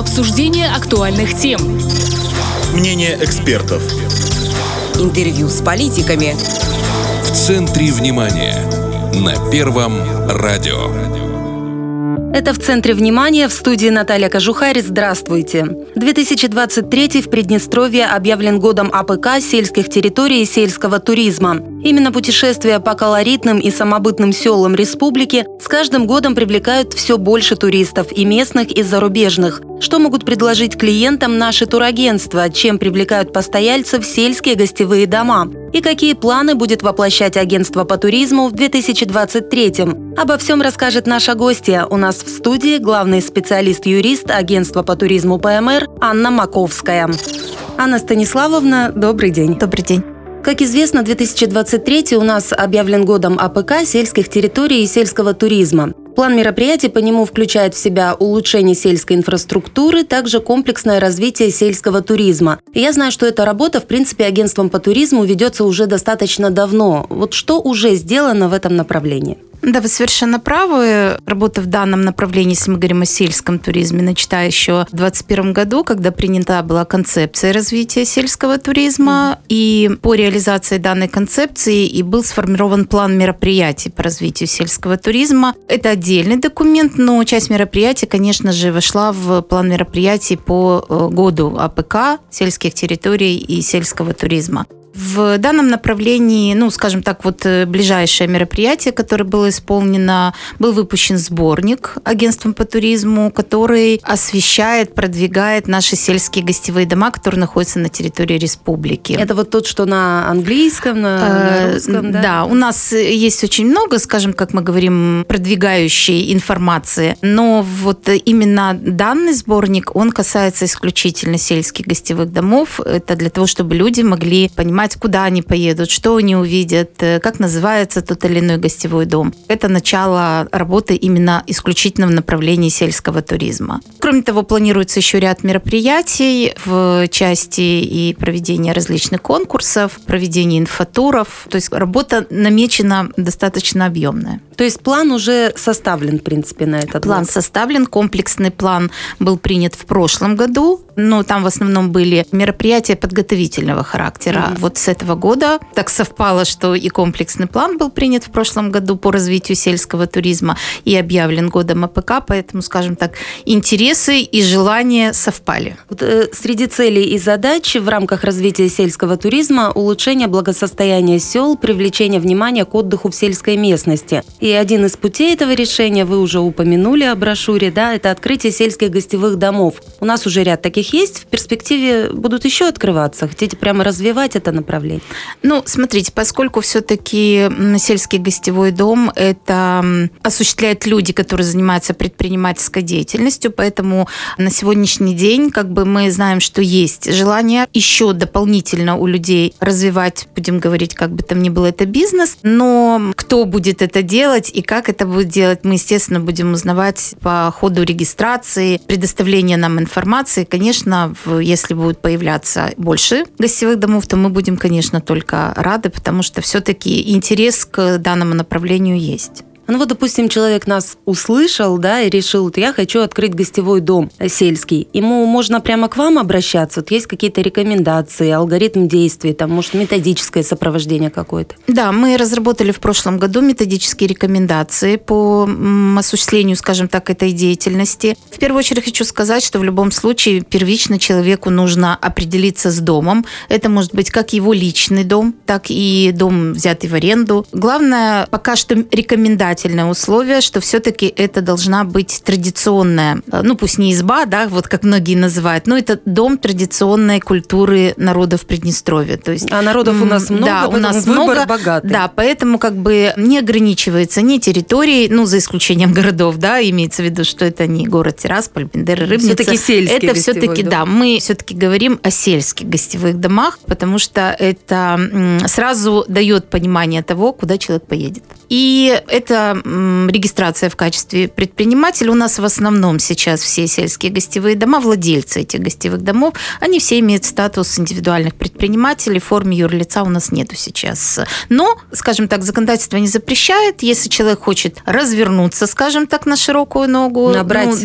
Обсуждение актуальных тем. Мнение экспертов. Интервью с политиками. В центре внимания. На Первом радио. Это «В центре внимания», в студии Наталья Кожухарь. Здравствуйте. 2023 в Приднестровье объявлен годом АПК, сельских территорий и сельского туризма. Именно путешествия по колоритным и самобытным селам республики с каждым годом привлекают все больше туристов, и местных, и зарубежных. Что могут предложить клиентам наши турагентства, чем привлекают постояльцев сельские гостевые дома? И какие планы будет воплощать агентство по туризму в 2023-м? Обо всем расскажет наша гостья. У нас в студии главный специалист-юрист агентства по туризму ПМР Анна Маковская. Анна Станиславовна, добрый день. Добрый день. Как известно, 2023 у нас объявлен годом АПК, сельских территорий и сельского туризма. План мероприятий по нему включает в себя улучшение сельской инфраструктуры, также комплексное развитие сельского туризма. И я знаю, что эта работа, в принципе, агентством по туризму ведется уже достаточно давно. Вот что уже сделано в этом направлении? Да, вы совершенно правы. Работа в данном направлении, если мы говорим о сельском туризме, начата еще в 2021 году, когда принята была концепция развития сельского туризма. И по реализации данной концепции и был сформирован план мероприятий по развитию сельского туризма. Это отдельный документ, но часть мероприятий, конечно же, вошла в план мероприятий по году АПК, сельских территорий и сельского туризма. В данном направлении, скажем так, ближайшее мероприятие, которое было исполнено, был выпущен сборник агентством по туризму, который освещает, продвигает наши сельские гостевые дома, которые находятся на территории республики. Это вот тот, что на английском, на русском, да? Да, у нас есть очень много, скажем, как мы говорим, продвигающей информации, но именно данный сборник, он касается исключительно сельских гостевых домов. Это для того, чтобы люди могли понимать, куда они поедут, что они увидят, как называется тот или иной гостевой дом. Это начало работы именно исключительно в направлении сельского туризма. Кроме того, планируется еще ряд мероприятий в части и проведения различных конкурсов, проведения инфотуров. То есть работа намечена достаточно объемная. То есть план уже составлен, в принципе, на этот План составлен, комплексный план был принят в прошлом году, но там в основном были мероприятия подготовительного характера. Вот с этого года так совпало, что и комплексный план был принят в прошлом году по развитию сельского туризма и объявлен годом АПК, поэтому, скажем так, интересы и желания совпали. Среди целей и задач в рамках развития сельского туризма улучшение благосостояния сел, привлечение внимания к отдыху в сельской местности. И один из путей этого решения, вы уже упомянули о брошюре, да, это открытие сельских гостевых домов. У нас уже ряд таких есть, в перспективе будут еще открываться. Хотите прямо развивать это направление? Смотрите, поскольку все-таки сельский гостевой дом это осуществляют люди, которые занимаются предпринимательской деятельностью, поэтому на сегодняшний день мы знаем, что есть желание еще дополнительно у людей развивать, будем говорить, как бы там ни было, это бизнес, но кто будет это делать и как это будет делать, мы, естественно, будем узнавать по ходу регистрации, предоставления нам информации. Конечно, если будет появляться больше гостевых домов, то мы будем, конечно, только рады, потому что все-таки интерес к данному направлению есть. Допустим, человек нас услышал, да, и решил, я хочу открыть гостевой дом сельский. Ему можно прямо к вам обращаться? Есть какие-то рекомендации, алгоритм действий, может, методическое сопровождение какое-то? Да, мы разработали в прошлом году методические рекомендации по осуществлению, скажем так, этой деятельности. В первую очередь хочу сказать, что в любом случае первично человеку нужно определиться с домом. Это может быть как его личный дом, так и дом, взятый в аренду. Главное, пока что рекомендательное условие, что все-таки это должна быть традиционная, пусть не изба, да, как многие называют, но это дом традиционной культуры народов Приднестровья. То есть, народов у нас много, да, у нас выбор богатый. Да, поэтому не ограничивается ни территорией, за исключением городов, да, имеется в виду, что это не город Тирасполь, Бендеры, Рыбница. Все-таки сельский это все-таки, да, мы все-таки говорим о сельских гостевых домах, потому что это сразу дает понимание того, куда человек поедет. И это это регистрация в качестве предпринимателя. У нас в основном сейчас все сельские гостевые дома, владельцы этих гостевых домов, они все имеют статус индивидуальных предпринимателей. В форме юрлица у нас нету сейчас. Но, скажем так, законодательство не запрещает. Если человек хочет развернуться, скажем так, на широкую ногу, набрать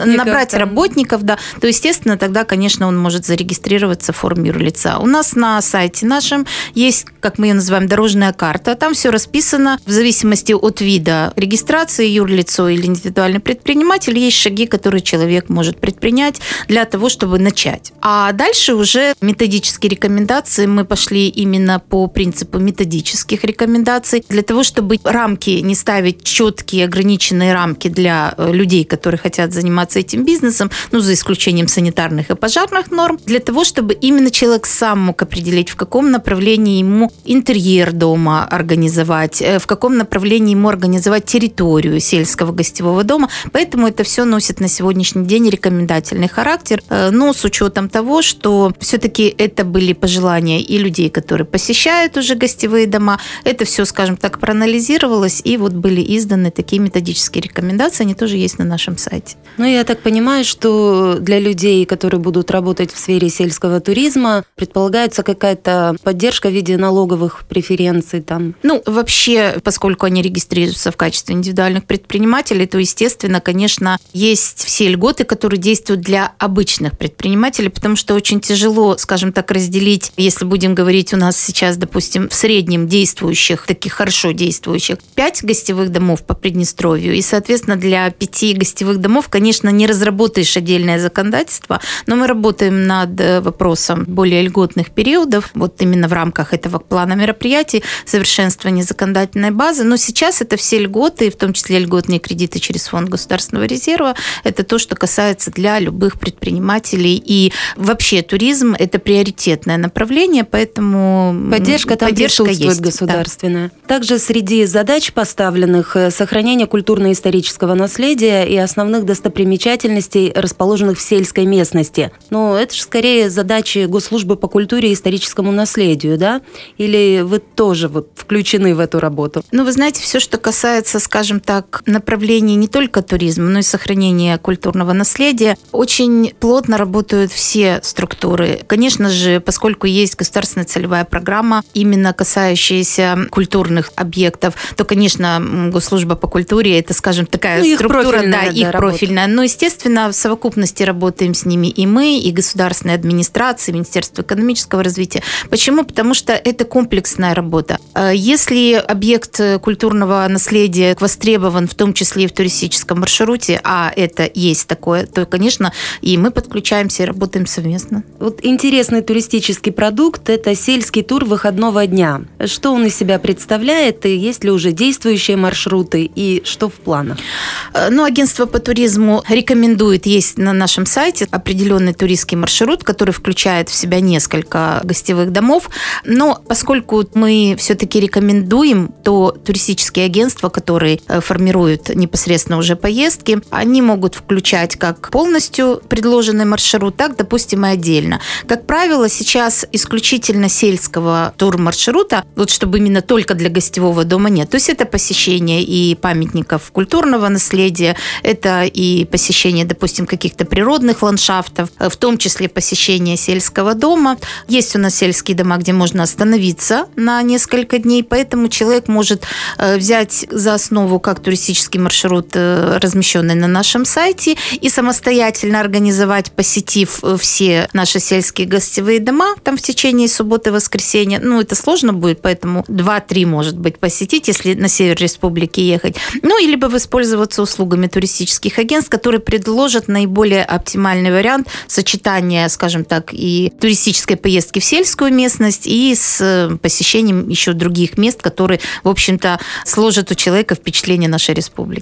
работников, то, естественно, тогда, конечно, он может зарегистрироваться в форме юрлица. У нас на сайте нашем есть, как мы ее называем, дорожная карта. Там все расписано в зависимости от вида регистрации, юрлицо или индивидуальный предприниматель. Есть шаги, которые человек может предпринять для того, чтобы начать. А дальше уже методические рекомендации. Мы пошли именно по принципу методических рекомендаций для того, чтобы рамки не ставить четкие, ограниченные рамки для людей, которые хотят заниматься этим бизнесом, за исключением санитарных и пожарных норм, для того, чтобы именно человек сам мог определить, в каком направлении ему интерьер дома организовать, в каком направлении ему организовать территорию сельского гостевого дома. Поэтому это все носит на сегодняшний день рекомендательный характер, но с учетом того, что все-таки это были пожелания и людей, которые посещают уже гостевые дома. Это все, скажем так, проанализировалось, и вот были изданы такие методические рекомендации, они тоже есть на нашем сайте. Я так понимаю, что для людей, которые будут работать в сфере сельского туризма, предполагается какая-то поддержка в виде налоговых преференций там? Вообще, поскольку они регистрируются в качестве индивидуальных предпринимателей, то, естественно, конечно, есть все льготы, которые действуют для обычных предпринимателей, потому что очень тяжело, скажем так, разделить, если будем говорить, у нас сейчас, допустим, в среднем действующих, таких хорошо действующих, 5 гостевых домов по Приднестровью, и, соответственно, для 5 гостевых домов, конечно, не разработаешь отдельное законодательство, но мы работаем над вопросом более льготных периодов, вот именно в рамках этого плана мероприятий, совершенствования законодательной базы. Но сейчас это все льготы, в том числе льготные кредиты через Фонд государственного резерва, это то, что касается для любых предпринимателей. И вообще туризм – это приоритетное направление, поэтому поддержка присутствует есть, государственная. Да. Также среди задач поставленных сохранение культурно-исторического наследия и основных достопримечательностей, расположенных в сельской местности. Но это же скорее задачи Госслужбы по культуре и историческому наследию, да? Или вы тоже включены в эту работу? Вы знаете, все, что касается, скажем так, направлений не только туризма, но и сохранения культурного наследия, очень плотно работают все структуры. Конечно же, поскольку есть государственная целевая программа, именно касающаяся культурных объектов, то, конечно, Госслужба по культуре – это, скажем, такая структура, их профильная. Но, естественно, в совокупности работаем с ними и мы, и государственная администрация, Министерство экономического развития. Почему? Потому что это комплексная работа. Если объект культурного наследия востребован, в том числе и в туристическом маршруте, а это есть такое, то, конечно, и мы подключаемся и работаем совместно. Интересный туристический продукт – это сельский тур выходного дня. Что он из себя представляет, и есть ли уже действующие маршруты, и что в планах? Агентство по туризму рекомендует, есть на нашем сайте определенный туристский маршрут, который включает в себя несколько гостевых домов. Но поскольку мы все-таки рекомендуем, то туристические агентства, которые формируют непосредственно уже поездки, они могут включать как полностью предложенный маршрут, так, допустим, и отдельно. Как правило, сейчас исключительно сельского турмаршрута, чтобы именно только для гостевого дома нет. То есть это посещение и памятников культурного наследия, это и посещение, допустим, каких-то природных ландшафтов, в том числе посещение сельского дома. Есть у нас сельские дома, где можно остановиться на несколько дней, поэтому человек может взять за основу как туристический маршрут, размещенный на нашем сайте, и самостоятельно организовать, посетив все наши сельские гостевые дома там в течение субботы и воскресенья. Это сложно будет, поэтому 2-3, может быть, посетить, если на север республики ехать. И либо воспользоваться услугами туристических агентств, которые предложат наиболее оптимальный вариант сочетания, скажем так, и туристической поездки в сельскую местность, и с посещением еще других мест, которые, в общем-то, сложат у человека впечатление нашей республики.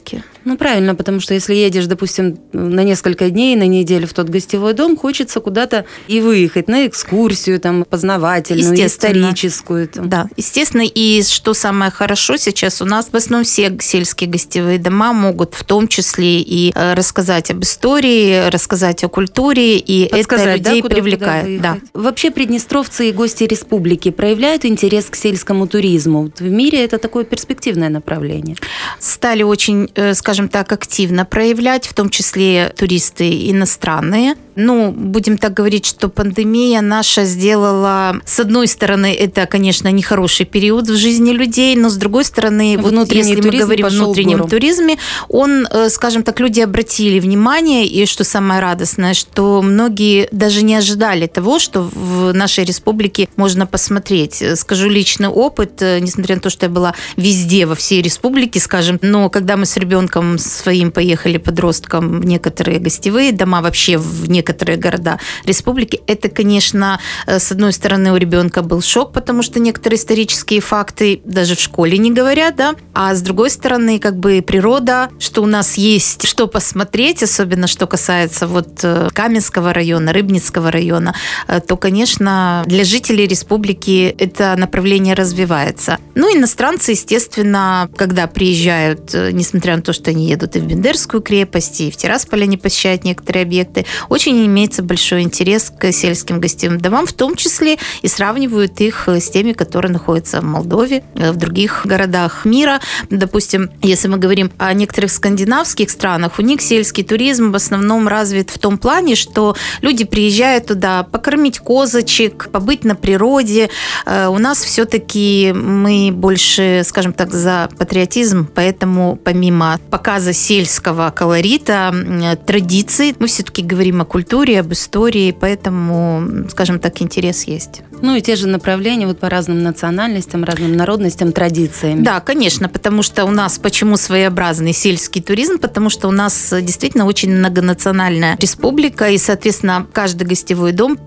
Ну, правильно, потому что если едешь, допустим, на несколько дней, на неделю в тот гостевой дом, хочется куда-то и выехать на экскурсию, там, познавательную, историческую. Там. Да, естественно. И что самое хорошо, сейчас у нас в основном все сельские гостевые дома могут в том числе и рассказать об истории, рассказать о культуре, и подсказать, это людей привлекает. Да. Вообще приднестровцы и гости республики проявляют интерес к сельскому туризму. В мире это такое перспективное направление. Стали очень, скажем так, активно проявлять, в том числе туристы иностранные. Ну, будем так говорить, что пандемия наша сделала, с одной стороны, это, конечно, нехороший период в жизни людей, но с другой стороны, вот если мы говорим о внутреннем туризме, он, скажем так, люди обратили внимание, и что самое радостное, что многие даже не ожидали того, что в нашей республике можно посмотреть. Скажу личный опыт, несмотря на то, что я была везде, во всей республике, скажем, но когда мы с ребенком своим поехали, подростком, в некоторые гостевые дома, вообще в некоторые города республики, это, конечно, с одной стороны, у ребенка был шок, потому что некоторые исторические факты даже в школе не говорят, да, а с другой стороны, как бы природа, что у нас есть что посмотреть, особенно что касается вот Каменского района, Рыбницкого района, то, конечно, для жителей республики это направление развивается. Ну, иностранцы, естественно, когда приезжают, несмотря на то, что они едут и в Бендерскую крепость, и в Тирасполь они посещают некоторые объекты, очень имеется большой интерес к сельским гостевым домам, в том числе и сравнивают их с теми, которые находятся в Молдове, в других городах мира. Допустим, если мы говорим о некоторых скандинавских странах, у них сельский туризм в основном развит в том плане, что люди приезжают туда покормить козочек, побыть на природе. У нас все-таки мы больше, скажем так, за патриотизм, поэтому помимо показа сельского колорита, традиций, мы все-таки говорим о культуре, об истории, поэтому, скажем так, интерес есть. Ну и те же направления вот по разным национальностям, разным народностям, традициям. Да, конечно, потому что у нас почему своеобразный сельский туризм? Потому что у нас действительно очень многонациональная республика, и, соответственно, каждый гостевой дом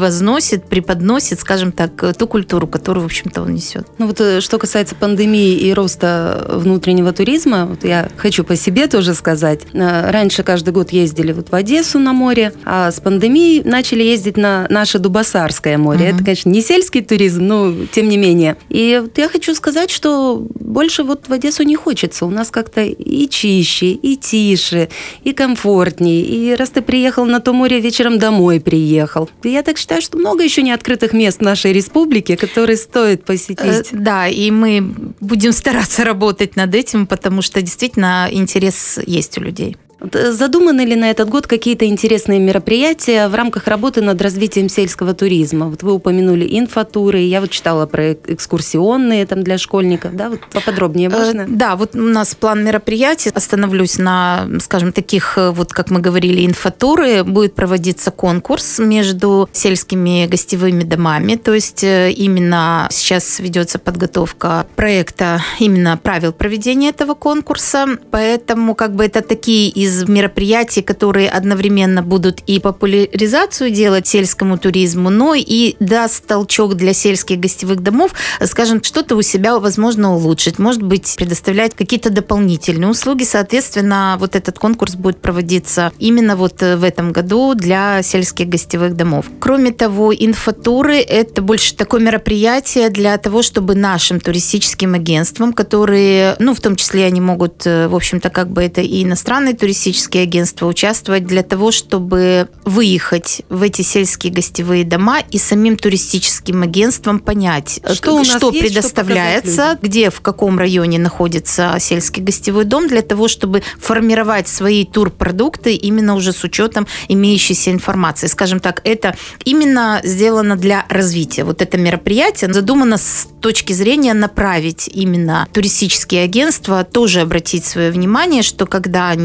преподносит, скажем так, ту культуру, которую, в общем-то, он несет. Ну вот что касается пандемии и роста внутреннего туризма, вот я хочу по себе тоже сказать. Раньше каждый год ездили вот в Одессу на море, а с пандемией начали ездить на наше Дубасарское море. Это, конечно, не сельский туризм, но тем не менее. И вот я хочу сказать, что больше вот в Одессу не хочется. У нас как-то и чище, и тише, и комфортнее. И раз ты приехал на то море, вечером домой приехал. Я так считаю, что много еще не открытых мест в нашей республике, которые стоит посетить. Да, и мы будем стараться работать над этим, потому что действительно интерес есть у людей. Задуманы ли на этот год какие-то интересные мероприятия в рамках работы над развитием сельского туризма? Вот вы упомянули инфотуры, я вот читала про экскурсионные там для школьников, да, вот поподробнее можно? Да, вот у нас план мероприятий, остановлюсь на, скажем, таких, вот как мы говорили, инфотуры. Будет проводиться конкурс между сельскими гостевыми домами, то есть именно сейчас ведется подготовка проекта, именно правил проведения этого конкурса, поэтому как бы это такие из мероприятий, которые одновременно будут и популяризацию делать сельскому туризму, но и даст толчок для сельских гостевых домов, скажем, что-то у себя, возможно, улучшить, может быть, предоставлять какие-то дополнительные услуги. Соответственно, вот этот конкурс будет проводиться именно вот в этом году для сельских гостевых домов. Кроме того, инфотуры – это больше такое мероприятие для того, чтобы нашим туристическим агентствам, которые, ну, в том числе они могут, в общем-то, как бы это и иностранные туристические агентства участвовать для того, чтобы выехать в эти сельские гостевые дома и самим туристическим агентствам понять, что предоставляется, где, в каком районе находится сельский гостевой дом, для того, чтобы формировать свои турпродукты именно уже с учетом имеющейся информации. Скажем так, это именно сделано для развития. Вот это мероприятие задумано с точки зрения направить именно туристические агентства, тоже обратить свое внимание, что когда они формируют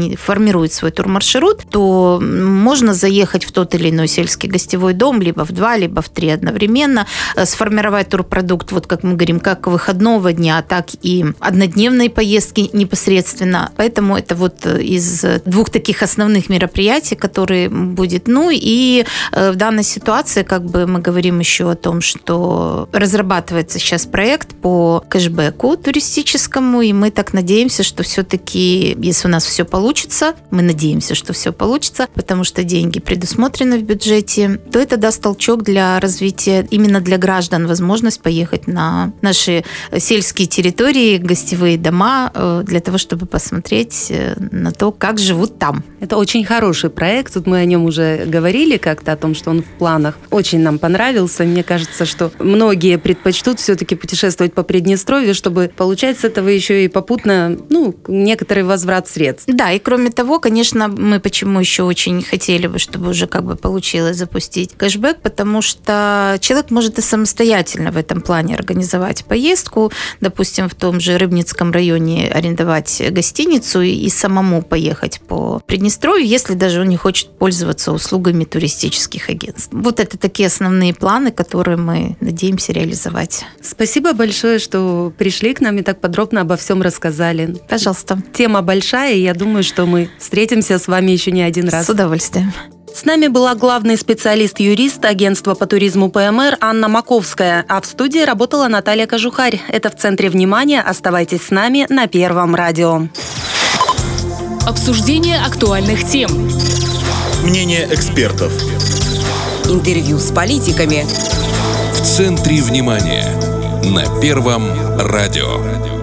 формирует свой турмаршрут, то можно заехать в тот или иной сельский гостевой дом, либо в 2, либо в 3 одновременно, сформировать турпродукт, вот как мы говорим, как выходного дня, так и однодневной поездки непосредственно. Поэтому это вот из 2 таких основных мероприятий, которые будет. Ну и в данной ситуации как бы мы говорим еще о том, что разрабатывается сейчас проект по кэшбэку туристическому, и мы так надеемся, что все-таки, если у нас все получится, мы надеемся, что все получится, потому что деньги предусмотрены в бюджете, то это даст толчок для развития именно для граждан, возможность поехать на наши сельские территории, гостевые дома, для того, чтобы посмотреть на то, как живут там. Это очень хороший проект. Тут мы о нем уже говорили как-то, о том, что он в планах. Очень нам понравился. Мне кажется, что многие предпочтут все-таки путешествовать по Приднестровью, чтобы получать с этого еще и попутно, некоторый возврат средств. Да, и кроме того, конечно, мы почему еще очень хотели бы, чтобы уже как бы получилось запустить кэшбэк, потому что человек может и самостоятельно в этом плане организовать поездку, допустим, в том же Рыбницком районе арендовать гостиницу и самому поехать по Приднестровью, если даже он не хочет пользоваться услугами туристических агентств. Вот это такие основные планы, которые мы надеемся реализовать. Спасибо большое, что пришли к нам и так подробно обо всем рассказали. Пожалуйста. Тема большая, и я думаю, что мы встретимся с вами еще не один раз. С удовольствием. С нами была главный специалист-юрист агентства по туризму ПМР Анна Маковская, а в студии работала Наталья Кожухарь. Это «В центре внимания». Оставайтесь с нами на Первом радио. Обсуждение актуальных тем. Мнение экспертов. Интервью с политиками. В центре внимания на Первом радио.